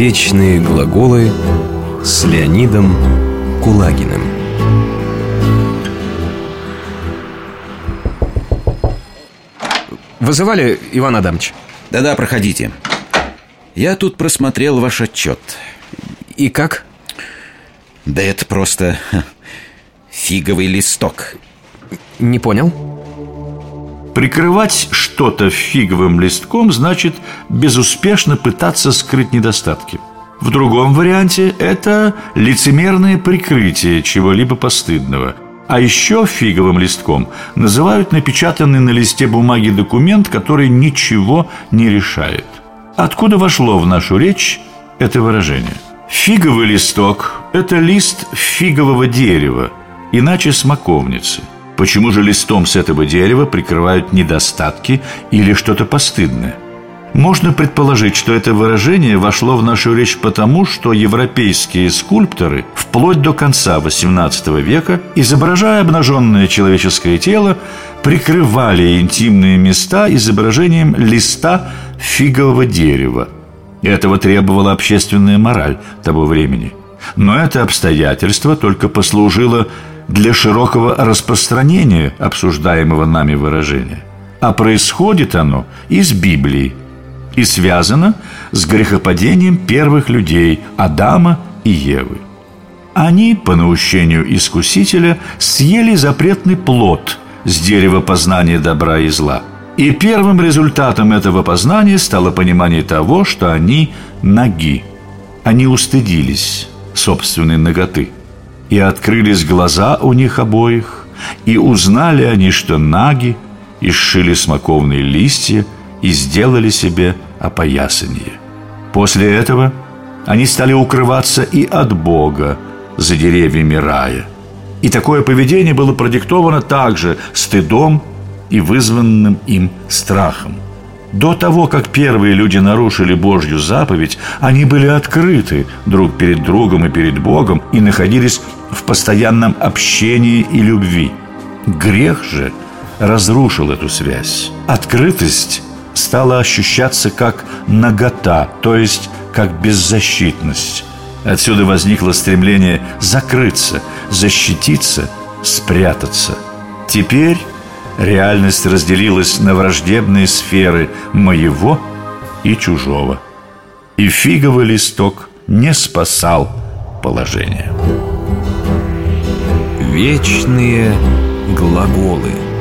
Вечные глаголы с Леонидом Кулагиным. Вызывали, Иван Адамович? Да-да, проходите. Я тут просмотрел ваш отчет. И как? Да это просто фиговый листок. Не понял. Прикрывать что-то фиговым листком значит безуспешно пытаться скрыть недостатки. В другом варианте это лицемерное прикрытие чего-либо постыдного. А еще фиговым листком называют напечатанный на листе бумаги документ, который ничего не решает. Откуда вошло в нашу речь это выражение? Фиговый листок – это лист фигового дерева, иначе смоковницы. Почему же листом с этого дерева прикрывают недостатки или что-то постыдное? Можно предположить, что это выражение вошло в нашу речь потому, что европейские скульпторы вплоть до конца XVIII века, изображая обнаженное человеческое тело, прикрывали интимные места изображением листа фигового дерева. Этого требовала общественная мораль того времени. Но это обстоятельство только послужило для широкого распространения обсуждаемого нами выражения. А происходит оно из Библии и связано с грехопадением первых людей Адама и Евы. Они, по наущению Искусителя, съели запретный плод с дерева познания добра и зла. И первым результатом этого познания стало понимание того, что они наги. Они устыдились собственной наготы. И открылись глаза у них обоих, и узнали они, что наги, и сшили смоковные листья, и сделали себе опоясание. После этого они стали укрываться и от Бога за деревьями рая. И такое поведение было продиктовано также стыдом и вызванным им страхом. До того, как первые люди нарушили Божью заповедь, они были открыты друг перед другом и перед Богом и находились в постоянном общении и любви. Грех же разрушил эту связь. Открытость стала ощущаться как нагота, то есть как беззащитность. Отсюда возникло стремление закрыться, защититься, спрятаться. Теперь реальность разделилась на враждебные сферы моего и чужого. И фиговый листок не спасал положение. Вечные глаголы.